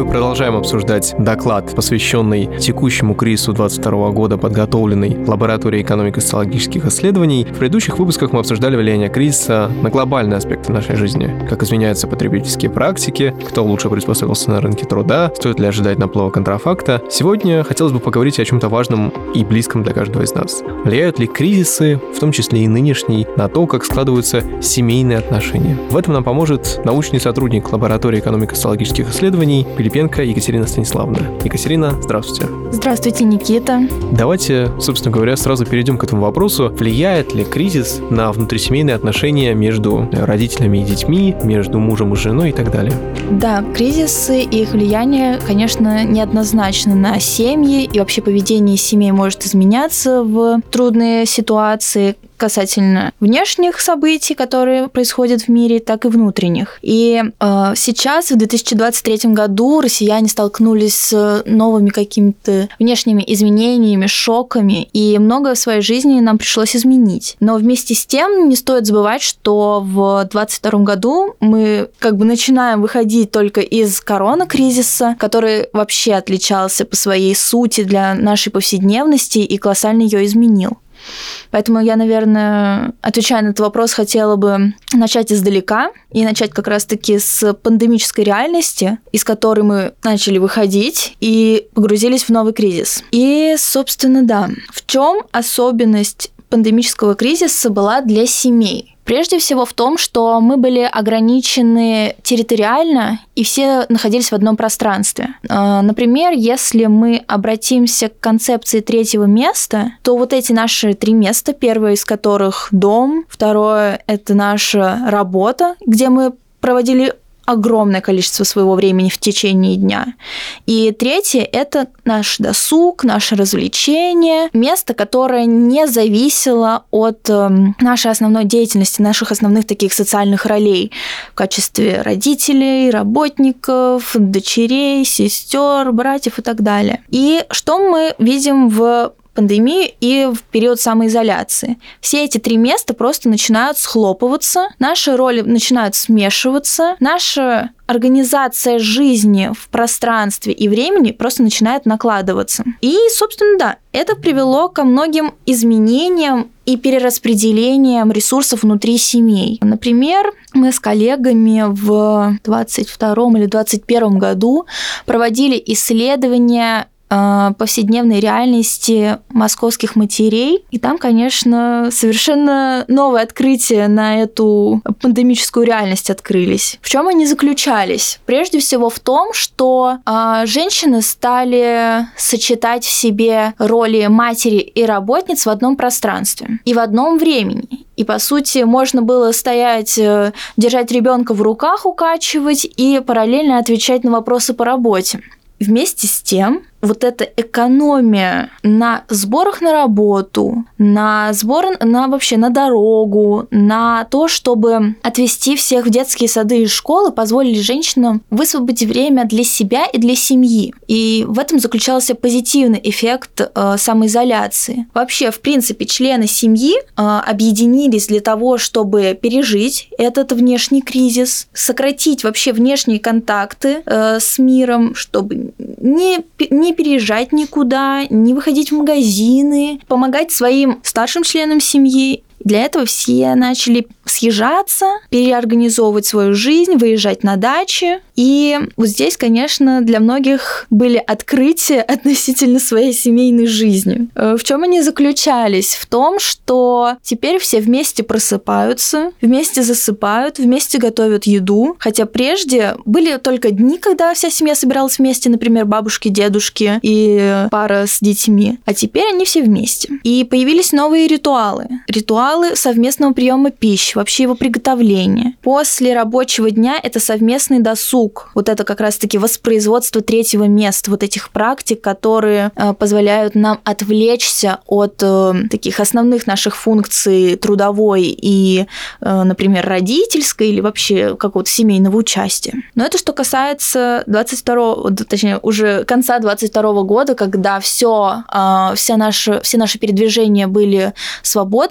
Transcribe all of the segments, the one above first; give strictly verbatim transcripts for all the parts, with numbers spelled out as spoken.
продолжаем обсуждать доклад, посвященный текущему кризису двадцать второго года, подготовленный лабораторией экономико-социологических исследований. В предыдущих выпусках мы обсуждали влияние кризиса на глобальные аспекты нашей жизни. Как изменяются потребительские практики, кто лучше приспособился на рынке труда, стоит ли ожидать наплыва контрафакта. Сегодня хотелось бы поговорить о чем-то важном и близком для каждого из нас. Влияют ли кризисы, в том числе и нынешний, на то, как складываются семейные отношения? В этом нам поможет научный сотрудник лаборатории экономико-социологических исследований Пилипенко Екатерина Станиславовна. Екатерина, здравствуйте. Здравствуйте, Никита. Давайте, собственно говоря, сразу перейдем к этому вопросу. Влияет ли кризис на внутрисемейные отношения между родителями и детьми, между мужем и женой и так далее? Да, кризисы и их влияние, конечно, неоднозначно на семьи, и вообще поведение семей может изменяться в трудные ситуации касательно внешних событий, которые происходят в мире, так и внутренних. И э, сейчас, в две тысячи двадцать третьем году, россияне столкнулись с новыми какими-то внешними изменениями, шоками, и многое в своей жизни нам пришлось изменить. Но вместе с тем не стоит забывать, что в двадцать втором году мы как бы начинаем выходить только из коронакризиса, который вообще отличался по своей сути для нашей повседневности и колоссально ее изменил. Поэтому я, наверное, отвечая на этот вопрос, хотела бы начать издалека и начать как раз-таки с пандемической реальности, из которой мы начали выходить и погрузились в новый кризис. И, собственно, да, в чем особенность пандемического кризиса была для семей? Прежде всего в том, что мы были ограничены территориально, и все находились в одном пространстве. Например, если мы обратимся к концепции третьего места, то вот эти наши три места, первое из которых дом, второе – это наша работа, где мы проводили огромное количество своего времени в течение дня. И третье – это наш досуг, наше развлечение, место, которое не зависело от э, нашей основной деятельности, наших основных таких социальных ролей в качестве родителей, работников, дочерей, сестер, братьев и так далее. И что мы видим в пандемии и в период самоизоляции? Все эти три места просто начинают схлопываться, наши роли начинают смешиваться, наша организация жизни в пространстве и времени просто начинает накладываться. И, собственно, да, это привело ко многим изменениям и перераспределениям ресурсов внутри семей. Например, мы с коллегами в двадцать втором или двадцать первом году проводили исследования повседневной реальности московских матерей. И там, конечно, совершенно новые открытия на эту пандемическую реальность открылись. В чем они заключались? Прежде всего в том, что э, женщины стали сочетать в себе роли матери и работниц в одном пространстве и в одном времени. И, по сути, можно было стоять, держать ребенка в руках, укачивать и параллельно отвечать на вопросы по работе. Вместе с тем, вот эта экономия на сборах на работу, на сборы на вообще на дорогу, на то, чтобы отвезти всех в детские сады и школы, позволили женщинам высвободить время для себя и для семьи. И в этом заключался позитивный эффект э, самоизоляции. Вообще, в принципе, члены семьи э, объединились для того, чтобы пережить этот внешний кризис, сократить вообще внешние контакты э, с миром, чтобы не, не не переезжать никуда, не выходить в магазины, помогать своим старшим членам семьи. Для этого все начали съезжаться, переорганизовывать свою жизнь, выезжать на дачи. И вот здесь, конечно, для многих были открытия относительно своей семейной жизни. В чем они заключались? В том, что теперь все вместе просыпаются, вместе засыпают, вместе готовят еду. Хотя прежде были только дни, когда вся семья собиралась вместе, например, бабушки, дедушки и пара с детьми. А теперь они все вместе. И появились новые ритуалы. Ритуалы совместного приема пищи, вообще его приготовления. После рабочего дня это совместный досуг. Вот это как раз-таки воспроизводство третьего места, вот этих практик, которые э, позволяют нам отвлечься от э, таких основных наших функций трудовой и, э, например, родительской или вообще какого-то семейного участия. Но это что касается двадцать второго, точнее, уже конца двадцать второго года, когда все, э, вся наша, все наши передвижения были свободными,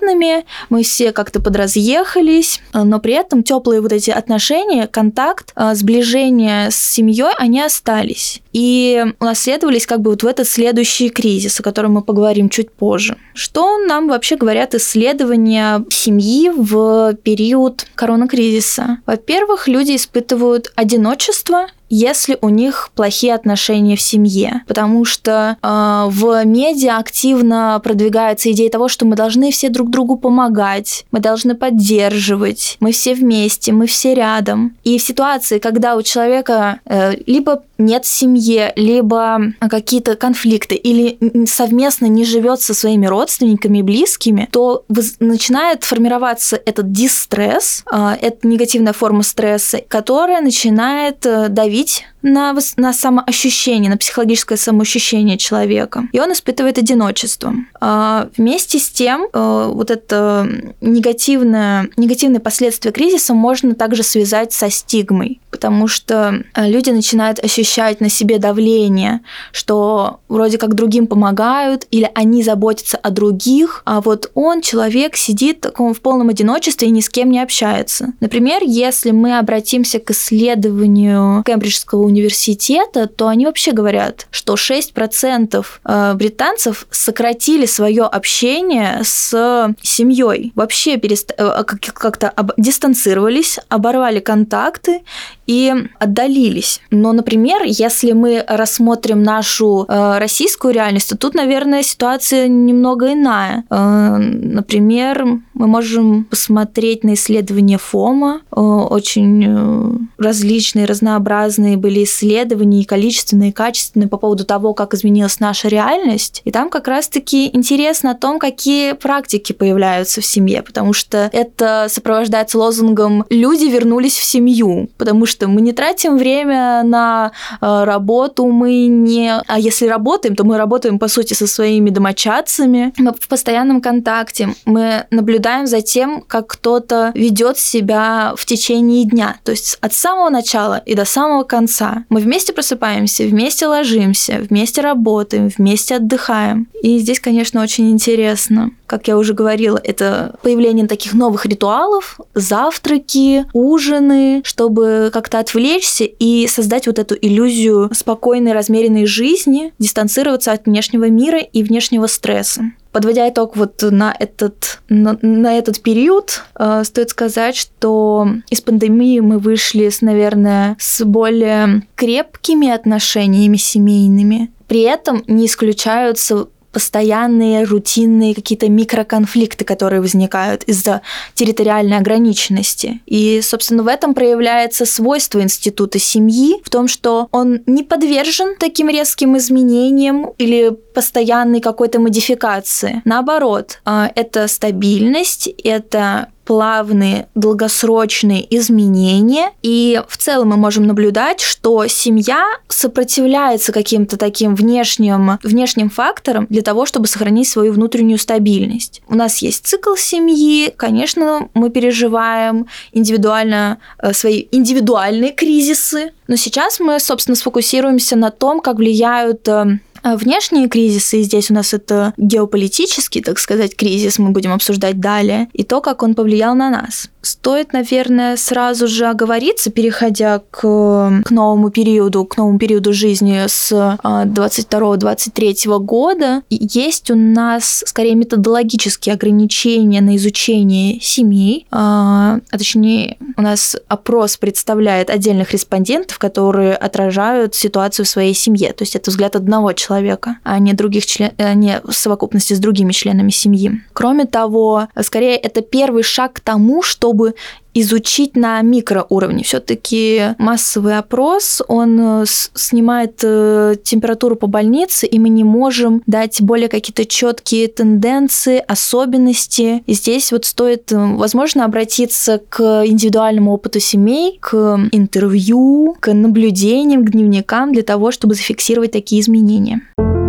мы все как-то подразъехались, но при этом теплые вот эти отношения, контакт, сближение с семьей, они остались. И унаследовались как бы вот в этот следующий кризис, о котором мы поговорим чуть позже. Что нам вообще говорят исследования семьи в период коронакризиса? Во-первых, люди испытывают одиночество, если у них плохие отношения в семье. Потому что э, в медиа активно продвигается идея того, что мы должны все друг другу помогать, мы должны поддерживать, мы все вместе, мы все рядом. И в ситуации, когда у человека э, либо нет семьи, либо какие-то конфликты, или совместно не живет со своими родственниками и близкими, то начинает формироваться этот дистресс, э, это негативная форма стресса, которая начинает давить на, на самоощущение, на психологическое самоощущение человека. И он испытывает одиночество. А вместе с тем, вот это негативное, негативные последствия кризиса можно также связать со стигмой, потому что люди начинают ощущать на себе давление, что вроде как другим помогают, или они заботятся о других, а вот он, человек, сидит в таком в полном одиночестве и ни с кем не общается. Например, если мы обратимся к исследованию Кембриджского университета, то они вообще говорят, что шесть процентов британцев сократили свое общение с семьей, вообще перест... как-то об... дистанцировались, оборвали контакты и отдалились. Но, например, если мы рассмотрим нашу э, российскую реальность, то тут, наверное, ситуация немного иная. Э, например, мы можем посмотреть на исследования ФОМа. Э, очень э, различные, разнообразные были исследования, и количественные, и качественные, по поводу того, как изменилась наша реальность. И там как раз-таки интересно о том, какие практики появляются в семье, потому что это сопровождается лозунгом «люди вернулись в семью», потому что мы не тратим время на э, работу, мы не... А если работаем, то мы работаем, по сути, со своими домочадцами. Мы в постоянном контакте. Мы наблюдаем за тем, как кто-то ведет себя в течение дня. То есть от самого начала и до самого конца. Мы вместе просыпаемся, вместе ложимся, вместе работаем, вместе отдыхаем. И здесь, конечно, очень интересно. Как я уже говорила, это появление таких новых ритуалов, завтраки, ужины, чтобы как-то отвлечься и создать вот эту иллюзию спокойной, размеренной жизни, дистанцироваться от внешнего мира и внешнего стресса. Подводя итог вот на этот, на, на этот период, э, стоит сказать, что из пандемии мы вышли, с, наверное, с более крепкими отношениями семейными. При этом не исключаются постоянные, рутинные какие-то микроконфликты, которые возникают из-за территориальной ограниченности. И, собственно, в этом проявляется свойство института семьи, в том, что он не подвержен таким резким изменениям или постоянной какой-то модификации. Наоборот, это стабильность, это плавные, долгосрочные изменения. И в целом мы можем наблюдать, что семья сопротивляется каким-то таким внешним, внешним факторам для того, чтобы сохранить свою внутреннюю стабильность. У нас есть цикл семьи, конечно, мы переживаем индивидуально свои индивидуальные кризисы, но сейчас мы, собственно, сфокусируемся на том, как влияют внешние кризисы, и здесь у нас это геополитический, так сказать, кризис, мы будем обсуждать далее, и то, как он повлиял на нас. Стоит, наверное, сразу же оговориться, переходя к, к новому периоду, к новому периоду жизни с двадцать второго - двадцать третьего года. Есть у нас, скорее, методологические ограничения на изучение семей, а, а точнее, у нас опрос представляет отдельных респондентов, которые отражают ситуацию в своей семье, то есть это взгляд одного человека, а не других член... а не в совокупности с другими членами семьи. Кроме того, скорее, это первый шаг к тому, чтобы изучить на микроуровне. Все-таки массовый опрос, он снимает температуру по больнице, и мы не можем дать более какие-то четкие тенденции, особенности. И здесь вот стоит, возможно, обратиться к индивидуальному опыту семей, к интервью, к наблюдениям, к дневникам для того, чтобы зафиксировать такие изменения.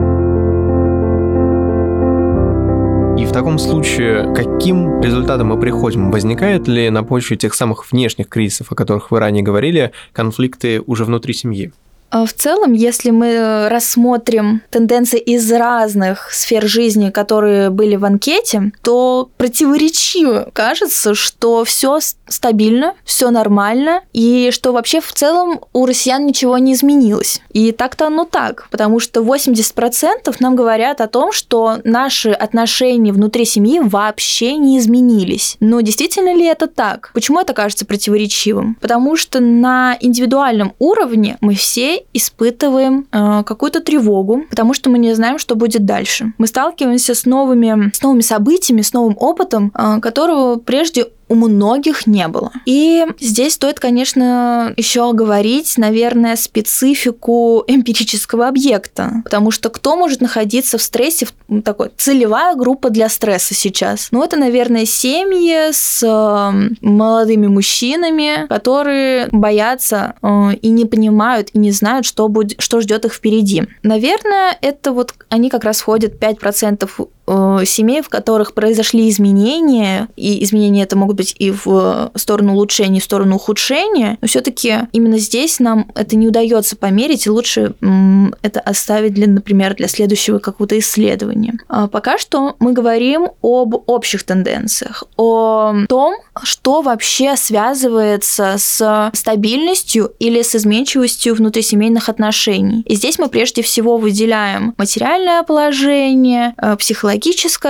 И в таком случае, к каким результатам мы приходим? Возникают ли на почве тех самых внешних кризисов, о которых вы ранее говорили, конфликты уже внутри семьи? В целом, если мы рассмотрим тенденции из разных сфер жизни, которые были в анкете, то противоречиво кажется, что все стабильно, все нормально, и что вообще в целом у россиян ничего не изменилось. И так-то оно так, потому что восемьдесят процентов нам говорят о том, что наши отношения внутри семьи вообще не изменились. Но действительно ли это так? Почему это кажется противоречивым? Потому что на индивидуальном уровне мы все испытываем э, какую-то тревогу, потому что мы не знаем, что будет дальше. Мы сталкиваемся с новыми, с новыми событиями, с новым опытом, э, которого прежде у многих не было. И здесь стоит, конечно, еще говорить, наверное, специфику эмпирического объекта, потому что кто может находиться в стрессе, в такой целевая группа для стресса сейчас? Ну, это, наверное, семьи с э, молодыми мужчинами, которые боятся э, и не понимают, и не знают, что, будет, что ждет их впереди. Наверное, это вот они как раз входят пять процентов семей, в которых произошли изменения, и изменения это могут быть и в сторону улучшения, и в сторону ухудшения, но все-таки именно здесь нам это не удается померить, и лучше м, это оставить, для, например, для следующего какого-то исследования. А пока что мы говорим об общих тенденциях, о том, что вообще связывается с стабильностью или с изменчивостью внутрисемейных отношений. И здесь мы прежде всего выделяем материальное положение, психологическое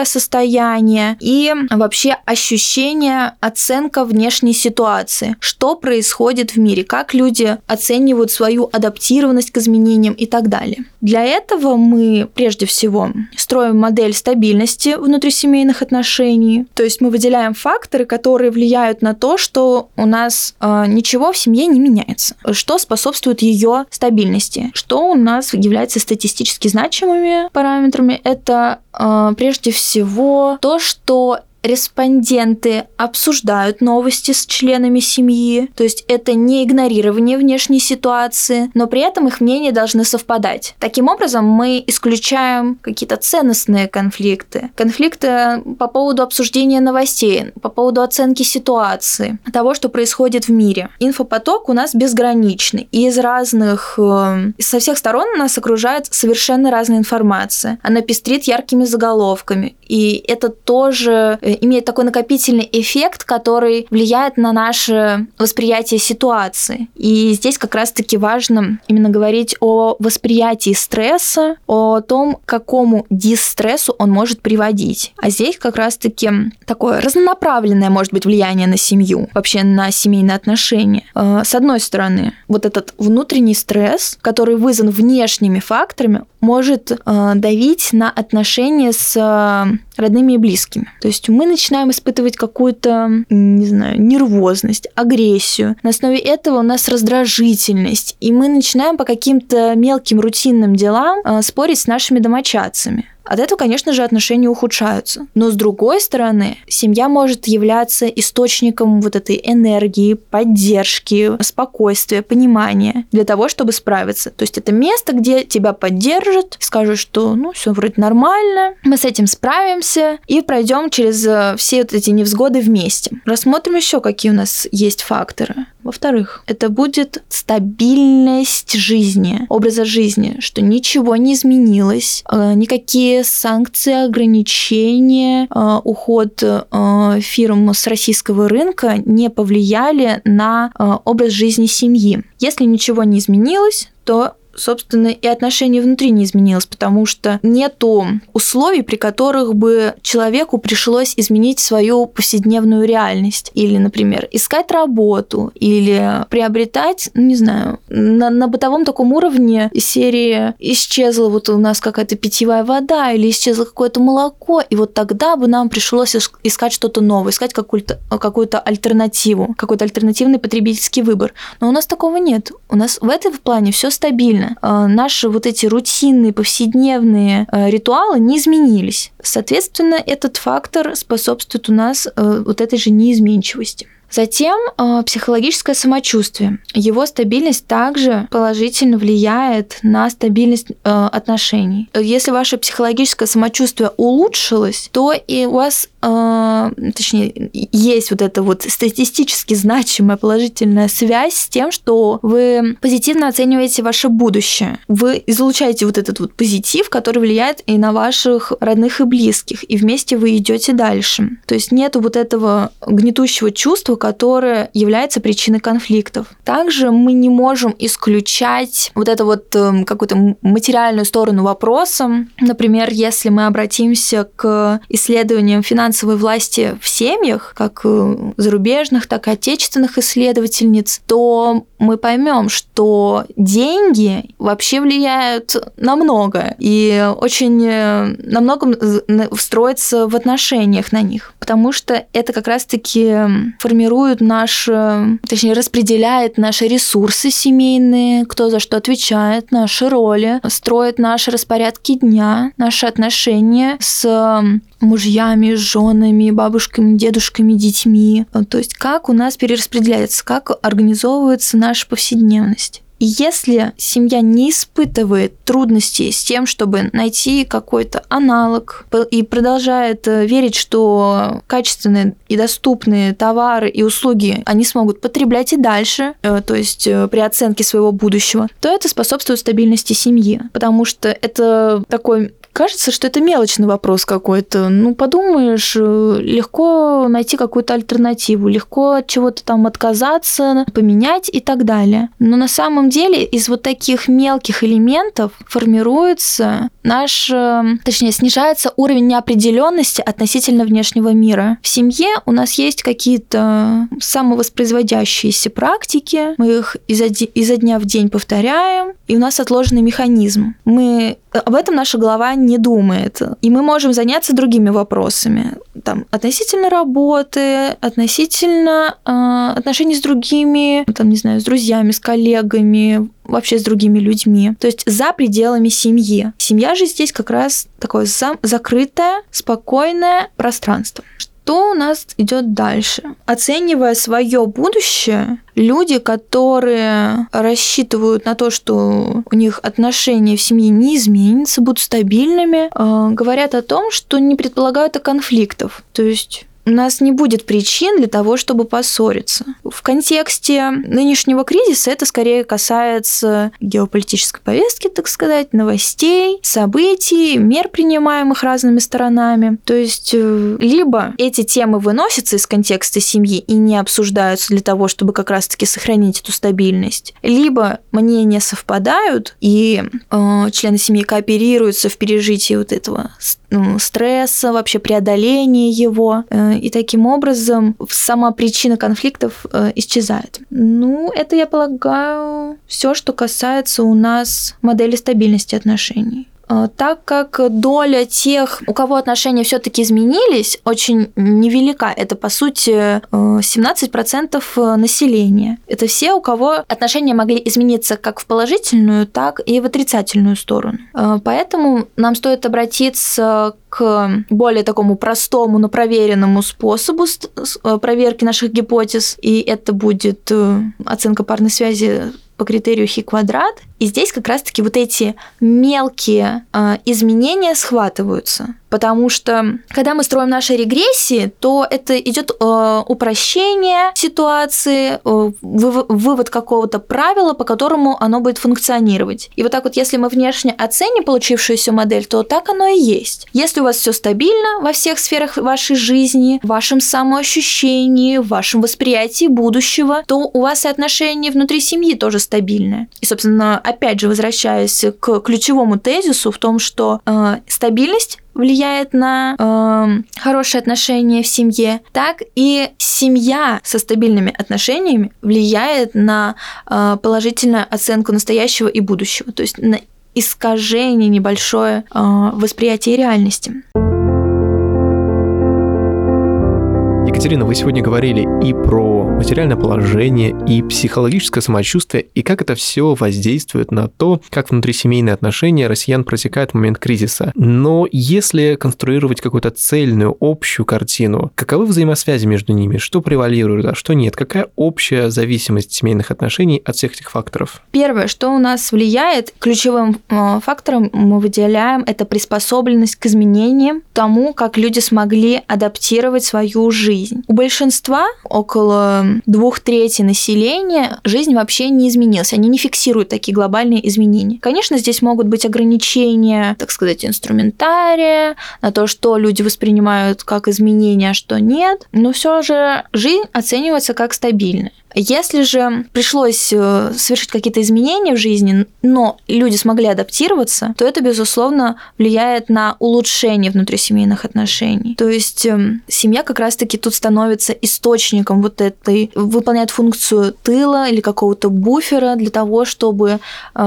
состояние и вообще ощущение, оценка внешней ситуации, что происходит в мире, как люди оценивают свою адаптированность к изменениям и так далее. Для этого мы прежде всего строим модель стабильности внутрисемейных отношений, то есть мы выделяем факторы, которые влияют на то, что у нас э, ничего в семье не меняется, что способствует ее стабильности, что у нас является статистически значимыми параметрами. Это э, прежде всего то, что респонденты обсуждают новости с членами семьи, то есть это не игнорирование внешней ситуации, но при этом их мнения должны совпадать. Таким образом, мы исключаем какие-то ценностные конфликты, конфликты по поводу обсуждения новостей, по поводу оценки ситуации, того, что происходит в мире. Инфопоток у нас безграничный, и из разных, со всех сторон нас окружает совершенно разная информация. Она пестрит яркими заголовками, и это тоже имеет такой накопительный эффект, который влияет на наше восприятие ситуации. И здесь как раз-таки важно именно говорить о восприятии стресса, о том, к какому дисстрессу он может приводить. А здесь как раз-таки такое разнонаправленное может быть влияние на семью, вообще на семейные отношения. С одной стороны, вот этот внутренний стресс, который вызван внешними факторами, может давить на отношения с родными и близкими. То есть мы начинаем испытывать какую-то, не знаю, нервозность, агрессию. На основе этого у нас раздражительность, и мы начинаем по каким-то мелким рутинным делам э, спорить с нашими домочадцами. От этого, конечно же, отношения ухудшаются. Но с другой стороны, семья может являться источником вот этой энергии, поддержки, спокойствия, понимания для того, чтобы справиться. То есть это место, где тебя поддержат, скажут, что ну все вроде нормально, мы с этим справимся и пройдем через все вот эти невзгоды вместе. Рассмотрим еще, какие у нас есть факторы. Во-вторых, это будет стабильность жизни, образа жизни, что ничего не изменилось, никакие санкции, ограничения, уход фирм с российского рынка не повлияли на образ жизни семьи. Если ничего не изменилось, то собственно, и отношение внутри не изменилось, потому что нету условий, при которых бы человеку пришлось изменить свою повседневную реальность. Или, например, искать работу, или приобретать, ну, не знаю, на, на бытовом таком уровне из серии исчезла вот у нас какая-то питьевая вода, или исчезло какое-то молоко, и вот тогда бы нам пришлось искать что-то новое, искать какую-то, какую-то альтернативу, какой-то альтернативный потребительский выбор. Но у нас такого нет. У нас в этом плане все стабильно. Наши вот эти рутинные, повседневные ритуалы не изменились. Соответственно, этот фактор способствует у нас вот этой же неизменчивости. Затем э, психологическое самочувствие. Его стабильность также положительно влияет на стабильность э, отношений. Если ваше психологическое самочувствие улучшилось, то и у вас, э, точнее, есть вот эта вот статистически значимая положительная связь с тем, что вы позитивно оцениваете ваше будущее. Вы излучаете вот этот вот позитив, который влияет и на ваших родных и близких, и вместе вы идете дальше. То есть нету вот этого гнетущего чувства, которое является причиной конфликтов. Также мы не можем исключать вот эту вот э, какую-то материальную сторону вопроса. Например, если мы обратимся к исследованиям финансовой власти в семьях, как зарубежных, так и отечественных исследовательниц, то мы поймем, что деньги вообще влияют на многое и очень на многом встроятся в отношениях на них, потому что это как раз-таки формирует наши, точнее, распределяет наши ресурсы семейные, кто за что отвечает, наши роли, строит наши распорядки дня, наши отношения с мужьями, женами, бабушками, дедушками, детьми. То есть как у нас перераспределяется, как организовывается наша повседневность. И если семья не испытывает трудностей с тем, чтобы найти какой-то аналог, и продолжает верить, что качественные и доступные товары и услуги они смогут потреблять и дальше, то есть при оценке своего будущего, то это способствует стабильности семьи, потому что это такой... Кажется, что это мелочный вопрос какой-то. Ну, подумаешь, легко найти какую-то альтернативу, легко от чего-то там отказаться, поменять и так далее. Но на самом деле из вот таких мелких элементов формируется наш, точнее, снижается уровень неопределенности относительно внешнего мира. В семье у нас есть какие-то самовоспроизводящиеся практики, мы их изо, изо дня в день повторяем, и у нас отложенный механизм. Мы об этом наша голова не думает. И мы можем заняться другими вопросами. Там, относительно работы, относительно э, отношений с другими, там, не знаю, с друзьями, с коллегами, вообще с другими людьми. То есть за пределами семьи. Семья же здесь как раз такое закрытое, спокойное пространство. Что у нас идет дальше? Оценивая свое будущее, люди, которые рассчитывают на то, что у них отношения в семье не изменятся, будут стабильными, говорят о том, что не предполагают о конфликтов. То есть у нас не будет причин для того, чтобы поссориться. В контексте нынешнего кризиса это скорее касается геополитической повестки, так сказать, новостей, событий, мер, принимаемых разными сторонами. То есть либо эти темы выносятся из контекста семьи и не обсуждаются для того, чтобы как раз-таки сохранить эту стабильность, либо мнения совпадают, и э, члены семьи кооперируются в пережитии вот этого стресса, вообще преодоления его, и таким образом сама причина конфликтов исчезает. Ну, это, я полагаю, все, что касается у нас модели стабильности отношений. Так как доля тех, у кого отношения все-таки изменились, очень невелика. Это, по сути, семнадцать процентов населения. Это все, у кого отношения могли измениться как в положительную, так и в отрицательную сторону. Поэтому нам стоит обратиться к более такому простому, но проверенному способу проверки наших гипотез, и это будет оценка парной связи по критерию Хи-квадрат. И здесь как раз-таки вот эти мелкие э, изменения схватываются. Потому что, когда мы строим наши регрессии, то это идет э, упрощение ситуации, э, вывод какого-то правила, по которому оно будет функционировать. И вот так вот, если мы внешне оценим получившуюся модель, то так оно и есть. Если у вас все стабильно во всех сферах вашей жизни, в вашем самоощущении, в вашем восприятии будущего, то у вас и отношения внутри семьи тоже стабильные. И, собственно, опять же, возвращаясь к ключевому тезису в том, что э, стабильность влияет на э, хорошие отношения в семье, так и семья со стабильными отношениями влияет на э, положительную оценку настоящего и будущего, то есть на искажение небольшое э, восприятия реальности. Екатерина, вы сегодня говорили и про материальное положение, и психологическое самочувствие, и как это все воздействует на то, как внутрисемейные отношения россиян протекают в момент кризиса. Но если конструировать какую-то цельную, общую картину, каковы взаимосвязи между ними? Что превалирует, а что нет? Какая общая зависимость семейных отношений от всех этих факторов? Первое, что у нас влияет, ключевым э, фактором мы выделяем, это приспособленность к изменениям, тому, как люди смогли адаптировать свою жизнь. У большинства, около двух третей населения, жизнь вообще не изменилась. Они не фиксируют такие глобальные изменения. Конечно, здесь могут быть ограничения, так сказать, инструментария, на то, что люди воспринимают как изменения, а что нет, но все же жизнь оценивается как стабильная. Если же пришлось совершить какие-то изменения в жизни, но люди смогли адаптироваться, то это, безусловно, влияет на улучшение внутрисемейных отношений. То есть семья как раз-таки тут становится источником вот этой, выполняет функцию тыла или какого-то буфера для того, чтобы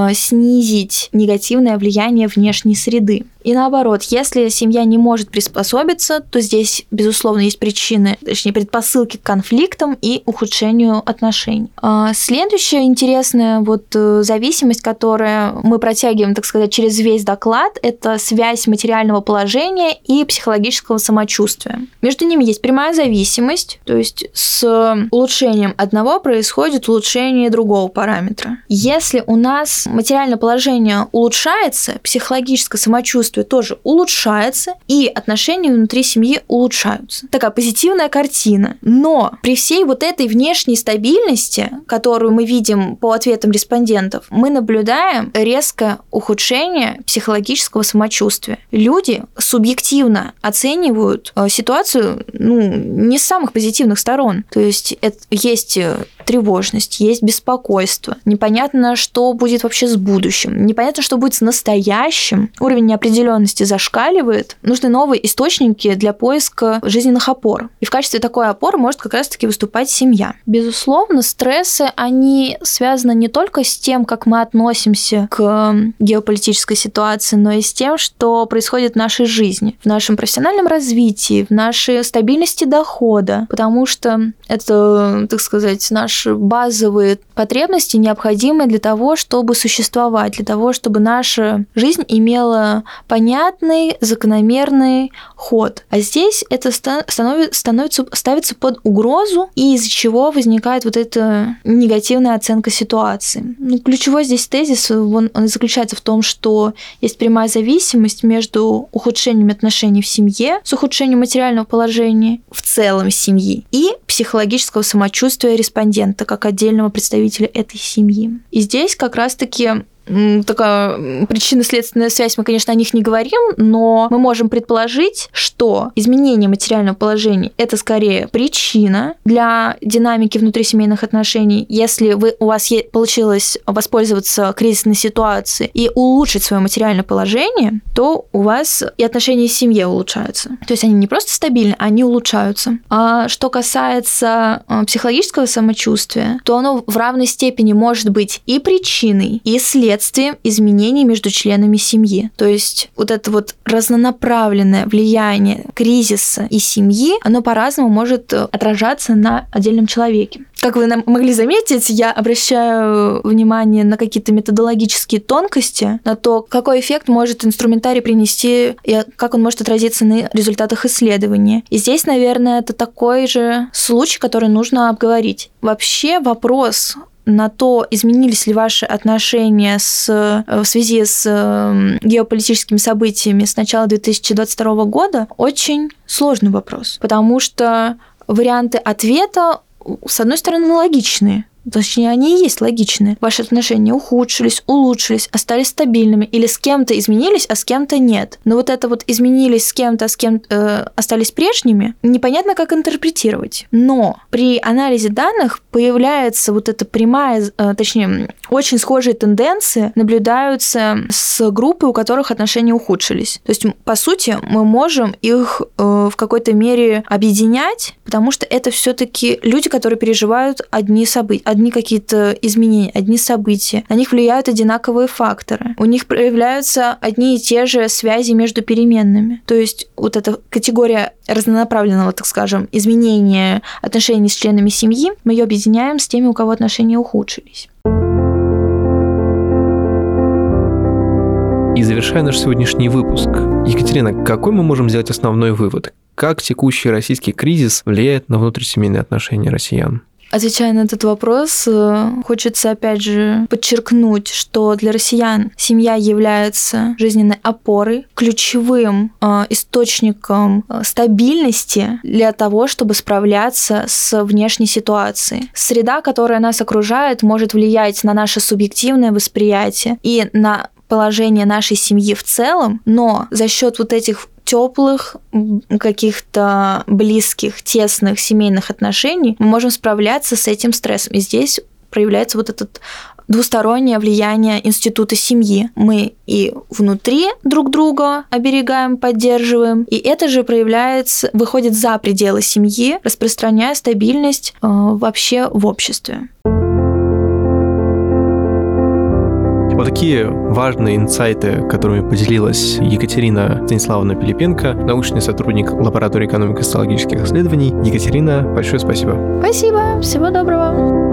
снизить негативное влияние внешней среды. И наоборот, если семья не может приспособиться, то здесь, безусловно, есть причины, точнее, предпосылки к конфликтам и ухудшению отношений. Следующая интересная вот зависимость, которую мы протягиваем, так сказать, через весь доклад, это связь материального положения и психологического самочувствия. Между ними есть прямая зависимость, то есть с улучшением одного происходит улучшение другого параметра. Если у нас материальное положение улучшается, психологическое самочувствие тоже улучшается, и отношения внутри семьи улучшаются. Такая позитивная картина. Но при всей вот этой внешней стабильности, которую мы видим по ответам респондентов, мы наблюдаем резкое ухудшение психологического самочувствия. Люди субъективно оценивают ситуацию, ну, не с самых позитивных сторон. То есть это, есть тревожность, есть беспокойство. Непонятно, что будет вообще с будущим. Непонятно, что будет с настоящим. Уровень неопределенности зашкаливает. Нужны новые источники для поиска жизненных опор. И в качестве такой опоры может как раз-таки выступать семья. Безусловно, стрессы, они связаны не только с тем, как мы относимся к геополитической ситуации, но и с тем, что происходит в нашей жизни, в нашем профессиональном развитии, в нашей стабильности дохода, потому что это, так сказать, наши базовые потребности, необходимые для того, чтобы существовать, для того, чтобы наша жизнь имела понятный, закономерный ход. А здесь это становится, становится, ставится под угрозу, и из-за чего возникает вот эта негативная оценка ситуации. Ну, ключевой здесь тезис, он, он заключается в том, что есть прямая зависимость между ухудшением отношений в семье, с ухудшением материального положения в целом семьи и психологического самочувствия респондента как отдельного представителя этой семьи. И здесь как раз-таки такая причинно-следственная связь, мы, конечно, о них не говорим, но мы можем предположить, что изменение материального положения – это скорее причина для динамики внутрисемейных отношений. Если вы, у вас получилось воспользоваться кризисной ситуацией и улучшить свое материальное положение, то у вас и отношения в семье улучшаются. То есть они не просто стабильны, они улучшаются. А что касается психологического самочувствия, то оно в равной степени может быть и причиной, и следствием изменений между членами семьи. То есть вот это вот разнонаправленное влияние кризиса и семьи, оно по-разному может отражаться на отдельном человеке. Как вы могли заметить, я обращаю внимание на какие-то методологические тонкости, на то, какой эффект может инструментарий принести и как он может отразиться на результатах исследования. И здесь, наверное, это такой же случай, который нужно обговорить. Вообще вопрос на то, изменились ли ваши отношения с, в связи с геополитическими событиями с начала две тысячи двадцать второго года, очень сложный вопрос, потому что варианты ответа, с одной стороны, логичные. Точнее, они и есть логичные. Ваши отношения ухудшились, улучшились, остались стабильными, или с кем-то изменились, а с кем-то нет. Но вот это вот изменились с кем-то, а с кем-то э, остались прежними, непонятно, как интерпретировать. Но при анализе данных появляется вот эта прямая, э, точнее, очень схожие тенденции наблюдаются с группой, у которых отношения ухудшились. То есть, по сути, мы можем их э, в какой-то мере объединять, потому что это все-таки люди, которые переживают одни события, одни какие-то изменения, одни события. На них влияют одинаковые факторы. У них проявляются одни и те же связи между переменными. То есть вот эта категория разнонаправленного, так скажем, изменения отношений с членами семьи, мы ее объединяем с теми, у кого отношения ухудшились. И завершая наш сегодняшний выпуск, Екатерина, какой мы можем сделать основной вывод? Как текущий российский кризис влияет на внутрисемейные отношения россиян? Отвечая на этот вопрос, хочется опять же подчеркнуть, что для россиян семья является жизненной опорой, ключевым источником стабильности для того, чтобы справляться с внешней ситуацией. Среда, которая нас окружает, может влиять на наше субъективное восприятие и на положение нашей семьи в целом, но за счет вот этих теплых, каких-то близких, тесных семейных отношений мы можем справляться с этим стрессом. И здесь проявляется вот это двустороннее влияние института семьи. Мы и внутри друг друга оберегаем, поддерживаем, и это же проявляется, выходит за пределы семьи, распространяя стабильность э, вообще в обществе. Вот такие важные инсайты, которыми поделилась Екатерина Станиславовна Пилипенко, научный сотрудник лаборатории экономико-социологических исследований. Екатерина, большое спасибо. Спасибо, всего доброго.